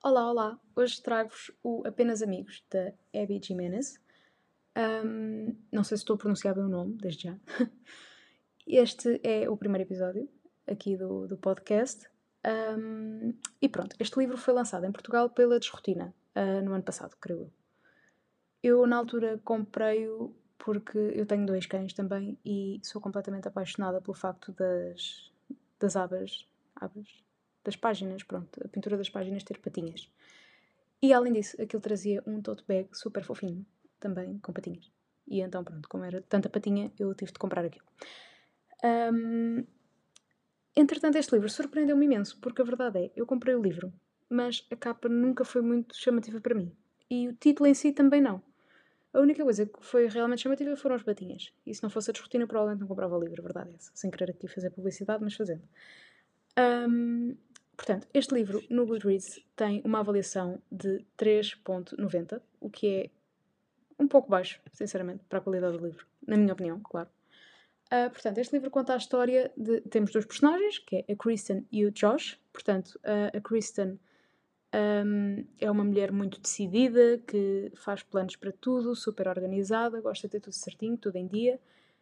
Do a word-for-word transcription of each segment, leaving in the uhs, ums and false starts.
Olá, olá! Hoje trago-vos o Apenas Amigos, da Abby Jimenez. Um, não sei se estou a pronunciar bem o nome, desde já. Este é o primeiro episódio aqui do, do podcast. Um, e pronto, este livro foi lançado em Portugal pela Desrotina, uh, no ano passado, creio eu. Eu, na altura, comprei-o porque eu tenho dois cães também e sou completamente apaixonada pelo facto das, das abas, abas, das páginas, pronto, a pintura das páginas ter patinhas. E além disso, aquilo trazia um tote bag super fofinho, também com patinhas. E então, pronto, como era tanta patinha, eu tive de comprar aquilo. Um, entretanto, este livro surpreendeu-me imenso, porque a verdade é, eu comprei o livro, mas a capa nunca foi muito chamativa para mim. E o título em si também não. A única coisa que foi realmente chamativa foram as patinhas. E se não fosse a desrotina, provavelmente não comprava o livro, a verdade é essa. Sem querer aqui fazer publicidade, mas fazendo. Um, portanto, este livro no Goodreads tem uma avaliação de três ponto noventa, o que é um pouco baixo, sinceramente, para a qualidade do livro. Na minha opinião, claro. Uh, portanto, este livro conta a história de... Temos dois personagens, que é a Kristen e o Josh. Portanto, uh, a Kristen um, é uma mulher muito decidida, que faz planos para tudo, super organizada, gosta de ter tudo certinho, tudo em dia.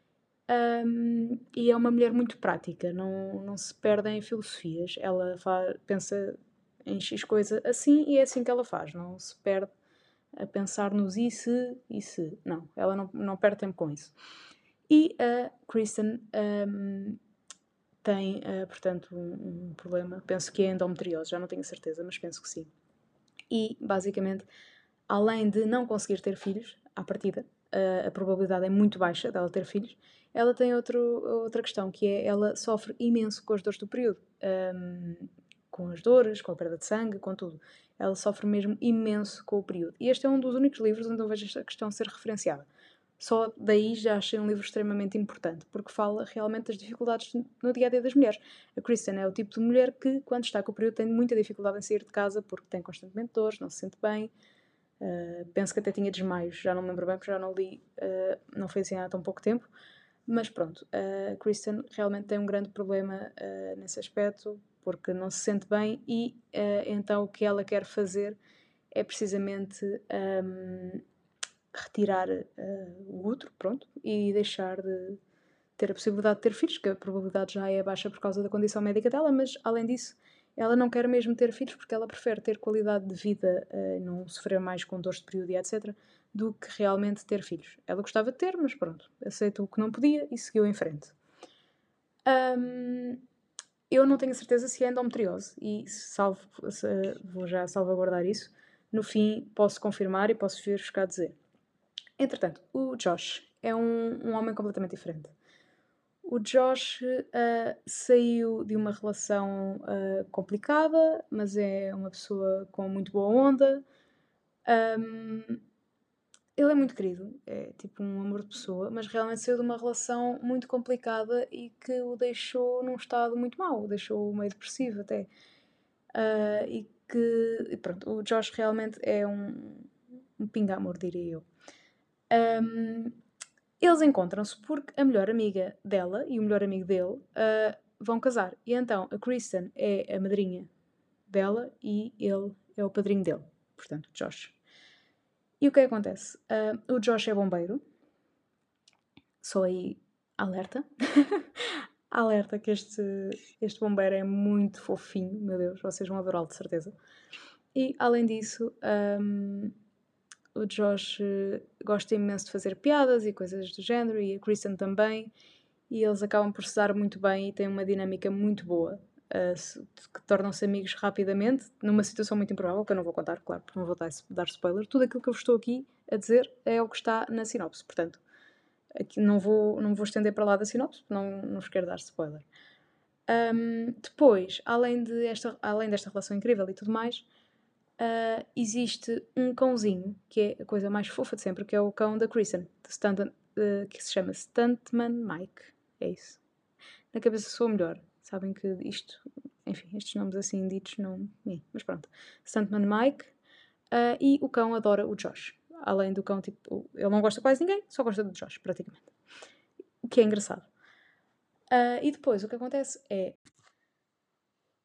Um, e é uma mulher muito prática, não, não se perde em filosofias. Ela faz, pensa em X coisa assim e é assim que ela faz, não se perde a pensar nos e se, e se. Não, ela não, não perde tempo com isso. E a Kristen um, tem, uh, portanto, um, um problema, penso que é endometriose, já não tenho certeza, mas penso que sim. E, basicamente, além de não conseguir ter filhos, à partida, uh, a probabilidade é muito baixa dela ter filhos, ela tem outro, outra questão, que é ela sofre imenso com as dores do período. Um, com as dores, com a perda de sangue, com tudo. Ela sofre mesmo imenso com o período. E este é um dos únicos livros onde eu vejo esta questão ser referenciada. Só daí já achei um livro extremamente importante, porque fala realmente das dificuldades no dia-a-dia das mulheres. A Kristen é o tipo de mulher que, quando está com o período, tem muita dificuldade em sair de casa porque tem constantemente dores, não se sente bem. Uh, penso que até tinha desmaios, já não me lembro bem porque já não li, uh, não foi assim há tão pouco tempo. Mas pronto, a Kristen realmente tem um grande problema uh, nesse aspecto, porque não se sente bem e uh, então o que ela quer fazer é precisamente um, retirar uh, o útero, pronto, e deixar de ter a possibilidade de ter filhos, que a probabilidade já é baixa por causa da condição médica dela, mas além disso, ela não quer mesmo ter filhos porque ela prefere ter qualidade de vida, uh, não sofrer mais com dores de período e etcétera, do que realmente ter filhos. Ela gostava de ter, mas pronto, aceitou o que não podia e seguiu em frente. Um, eu não tenho certeza se é endometriose e salvo, se, vou já salvaguardar isso. No fim, posso confirmar e posso vir buscar dizer. Entretanto, o Josh é um, um homem completamente diferente. O Josh uh, saiu de uma relação uh, complicada, mas é uma pessoa com muito boa onda. Um, ele é muito querido, é tipo um amor de pessoa, mas realmente saiu de uma relação muito complicada e que o deixou num estado muito mau, o deixou meio depressivo até. Uh, e que, e pronto, o Josh realmente é um, um pinga-amor, diria eu. Um, eles encontram-se porque a melhor amiga dela e o melhor amigo dele uh, vão casar. E então a Kristen é a madrinha dela e ele é o padrinho dele, portanto, Josh. E o que é que acontece? Uh, o Josh é bombeiro. Sou aí alerta. Alerta que este, este bombeiro é muito fofinho, meu Deus, vocês vão adorá-lo de certeza. E além disso, um, o Josh uh, gosta imenso de fazer piadas e coisas do género, e a Kristen também, e eles acabam por se dar muito bem e têm uma dinâmica muito boa, uh, que tornam-se amigos rapidamente, numa situação muito improvável, que eu não vou contar, claro, porque não vou dar, dar spoiler. Tudo aquilo que eu estou aqui a dizer é o que está na sinopse, portanto, aqui não vou, não vou estender para lá da sinopse, não, não vos quero dar spoiler. Um, depois, além, de esta, além desta relação incrível e tudo mais, uh, existe um cãozinho, que é a coisa mais fofa de sempre, que é o cão da Kristen, Stunt, uh, que se chama Stuntman Mike. É isso. Na cabeça sou melhor. Sabem que isto, enfim, estes nomes assim ditos não... Mas pronto. Stuntman Mike. Uh, e o cão adora o Josh. Além do cão, tipo, ele não gosta quase ninguém, só gosta do Josh, praticamente. O que é engraçado. Uh, e depois, o que acontece é...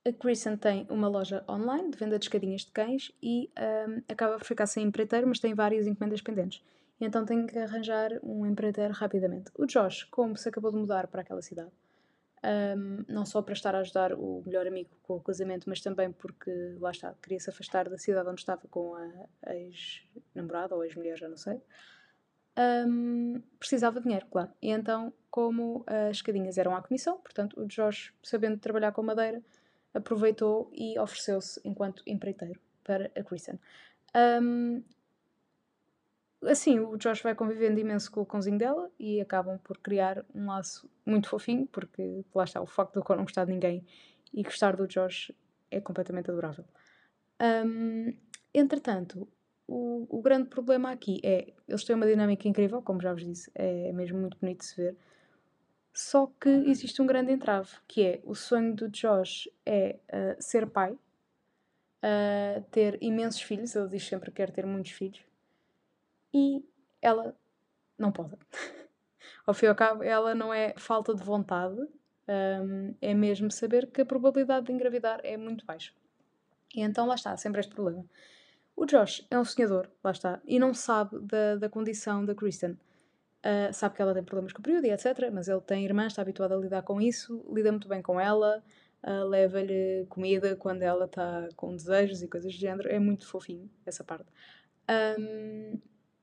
a Kristen tem uma loja online de venda de escadinhas de cães e um, acaba por ficar sem empreiteiro, mas tem várias encomendas pendentes. E então tem que arranjar um empreiteiro rapidamente. O Josh, como se acabou de mudar para aquela cidade, um, não só para estar a ajudar o melhor amigo com o casamento, mas também porque, lá está, queria se afastar da cidade onde estava com a ex-namorada ou ex-mulher, já não sei. Um, precisava de dinheiro, claro. E então, como as escadinhas eram à comissão, portanto, o Josh, sabendo trabalhar com madeira, aproveitou e ofereceu-se enquanto empreiteiro para a Kristen. Um, assim, o Josh vai convivendo imenso com o cãozinho dela e acabam por criar um laço muito fofinho, porque lá está, o facto de eu não gostar de ninguém e gostar do Josh é completamente adorável. Um, entretanto, o, o grande problema aqui é, eles têm uma dinâmica incrível, como já vos disse, é mesmo muito bonito de se ver, só que existe um grande entrave, que é, o sonho do Josh é uh, ser pai, uh, ter imensos filhos, ele diz sempre que quer ter muitos filhos, e ela não pode. Ao fim e ao cabo, ela não é falta de vontade, um, é mesmo saber que a probabilidade de engravidar é muito baixa. E então lá está, sempre este problema. O Josh é um sonhador, lá está, e não sabe da, da condição da Kristen. Uh, sabe que ela tem problemas com o período e etcétera. Mas ele tem irmã, está habituado a lidar com isso, lida muito bem com ela, uh, leva-lhe comida quando ela está com desejos e coisas do género. É muito fofinho, essa parte. Um,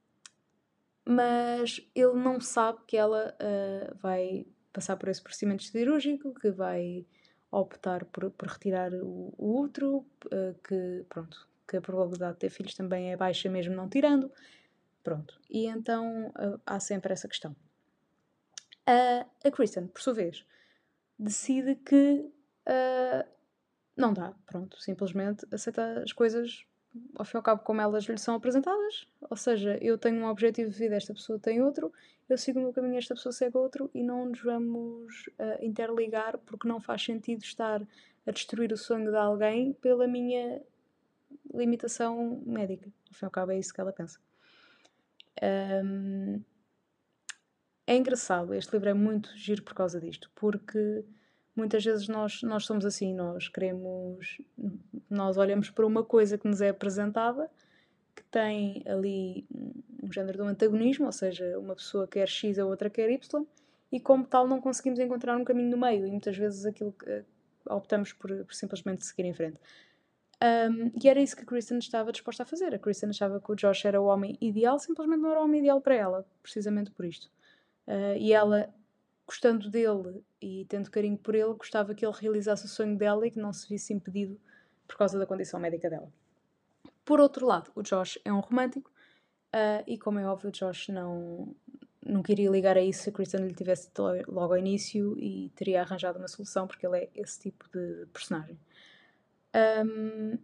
mas ele não sabe que ela uh, vai passar por esse procedimento cirúrgico, que vai optar por, por retirar o, o útero, uh, que, pronto, que a probabilidade de ter filhos também é baixa mesmo não tirando. Pronto. E então uh, há sempre essa questão. Uh, a Kristen, por sua vez, decide que uh, não dá. Pronto. Simplesmente aceita as coisas ao fim e ao cabo como elas lhe são apresentadas. Ou seja, eu tenho um objetivo de vida, esta pessoa tem outro, eu sigo o meu caminho, esta pessoa segue outro e não nos vamos uh, interligar porque não faz sentido estar a destruir o sonho de alguém pela minha limitação médica. Ao fim e ao cabo é isso que ela pensa. Um, é engraçado, este livro é muito giro por causa disto, porque muitas vezes nós, nós somos assim, nós queremos, nós olhamos para uma coisa que nos é apresentada, que tem ali um género de um antagonismo, ou seja, uma pessoa quer X, a outra quer Y, e como tal não conseguimos encontrar um caminho no meio, e muitas vezes aquilo que optamos por, por simplesmente seguir em frente. Um, e era isso que a Kristen estava disposta a fazer. A Kristen achava que o Josh era o homem ideal, simplesmente não era o homem ideal para ela, precisamente por isto. Uh, e ela, gostando dele e tendo carinho por ele, gostava que ele realizasse o sonho dela e que não se visse impedido por causa da condição médica dela. Por outro lado, o Josh é um romântico uh, e, como é óbvio, o Josh não, não queria ligar a isso se a Kristen lhe tivesse dito logo ao início e teria arranjado uma solução, porque ele é esse tipo de personagem. Um,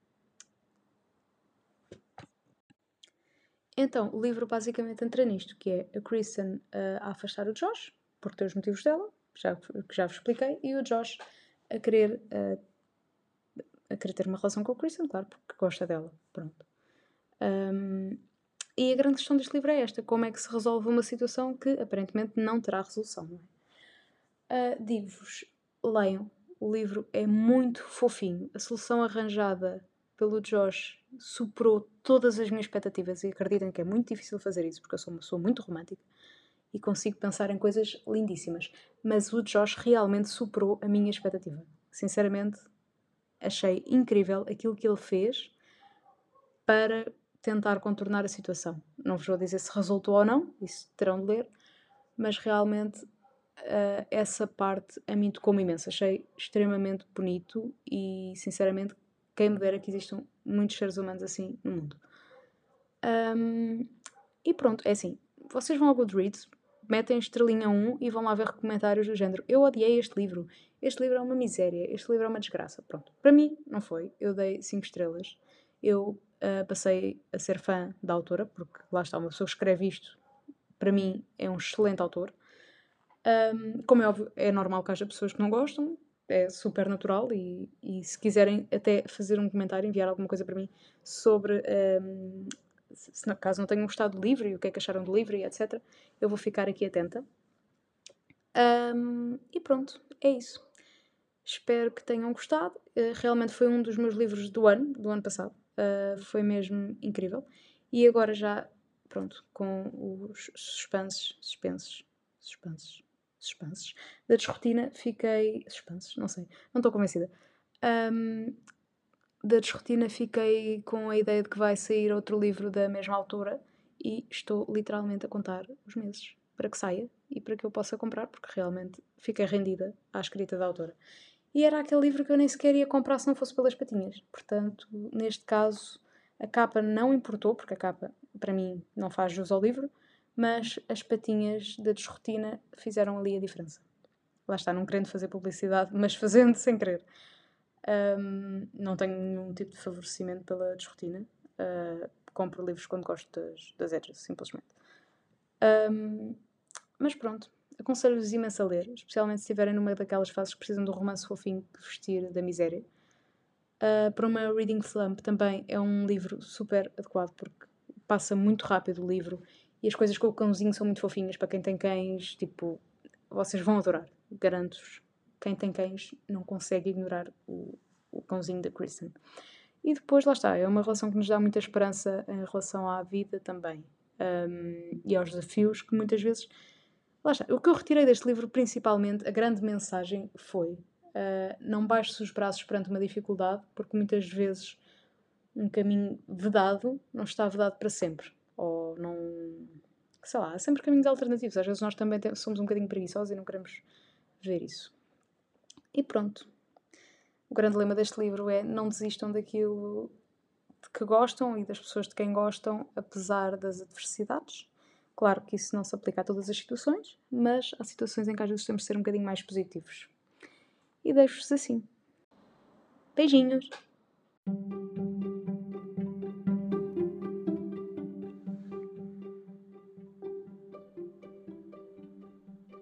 então, o livro basicamente entra nisto, que é a Kristen uh, a afastar o Josh, por ter os motivos dela, já, que já vos expliquei, e o Josh a querer, uh, a querer ter uma relação com a Kristen, claro, porque gosta dela, pronto. Um, e a grande questão deste livro é esta, como é que se resolve uma situação que aparentemente não terá resolução, não é? Uh, digo-vos, leiam, o livro é muito fofinho, a solução arranjada pelo Josh superou todas as minhas expectativas e acreditem que é muito difícil fazer isso porque eu sou uma pessoa muito romântica e consigo pensar em coisas lindíssimas, mas o Josh realmente superou a minha expectativa. Sinceramente, achei incrível aquilo que ele fez para tentar contornar a situação. Não vos vou dizer se resultou ou não, isso terão de ler, mas realmente uh, essa parte a mim tocou-me imenso. Achei extremamente bonito e, sinceramente, quem me dera que existam muitos seres humanos assim no mundo. Um, e pronto, é assim. Vocês vão ao Goodreads, metem estrelinha um e vão lá ver comentários do género: eu odiei este livro, este livro é uma miséria, este livro é uma desgraça. Pronto, para mim não foi, eu dei cinco estrelas. Eu uh, passei a ser fã da autora, porque lá está, uma pessoa que escreve isto, para mim é um excelente autor. Um, como é óbvio, é normal que haja pessoas que não gostam, é super natural e, e se quiserem até fazer um comentário, enviar alguma coisa para mim sobre um, se, se caso não tenham gostado do livro e o que é que acharam do livro e etcétera, eu vou ficar aqui atenta. Um, e pronto, é isso. Espero que tenham gostado. Uh, realmente foi um dos meus livros do ano, do ano passado. Uh, foi mesmo incrível. E agora já, pronto, com os suspenses, suspenses, suspenses, suspenses da desrotina, fiquei... Suspenses? Não sei. Não estou convencida. Um, da desrotina fiquei com a ideia de que vai sair outro livro da mesma autora e estou literalmente a contar os meses para que saia e para que eu possa comprar, porque realmente fiquei rendida à escrita da autora. E era aquele livro que eu nem sequer ia comprar se não fosse pelas patinhas. Portanto, neste caso, a capa não importou, porque a capa, para mim, não faz jus ao livro, mas as patinhas da desrotina fizeram ali a diferença. Lá está, não querendo fazer publicidade, mas fazendo sem querer. Um, não tenho nenhum tipo de favorecimento pela desrotina. Uh, compro livros quando gosto das, das edges, simplesmente. Um, mas pronto, aconselho-vos imenso a ler, especialmente se estiverem numa daquelas fases que precisam de um romance fofinho que vestir da miséria. Uh, para uma reading slump também é um livro super adequado, porque passa muito rápido o livro e as coisas com o cãozinho são muito fofinhas. Para quem tem cães, tipo, vocês vão adorar, garanto-vos. Quem tem cães não consegue ignorar o, o cãozinho da Kristen. E depois, lá está, é uma relação que nos dá muita esperança em relação à vida também. Um, e aos desafios que muitas vezes... Lá está, o que eu retirei deste livro, principalmente, a grande mensagem foi uh, não baixes os braços perante uma dificuldade, porque muitas vezes um caminho vedado não está vedado para sempre. Ou não... Sei lá, há sempre caminhos alternativos. Às vezes nós também somos um bocadinho preguiçosos e não queremos ver isso. E pronto. O grande lema deste livro é não desistam daquilo de que gostam e das pessoas de quem gostam, apesar das adversidades. Claro que isso não se aplica a todas as situações, mas há situações em que às vezes temos de ser um bocadinho mais positivos. E deixo-vos assim. Beijinhos!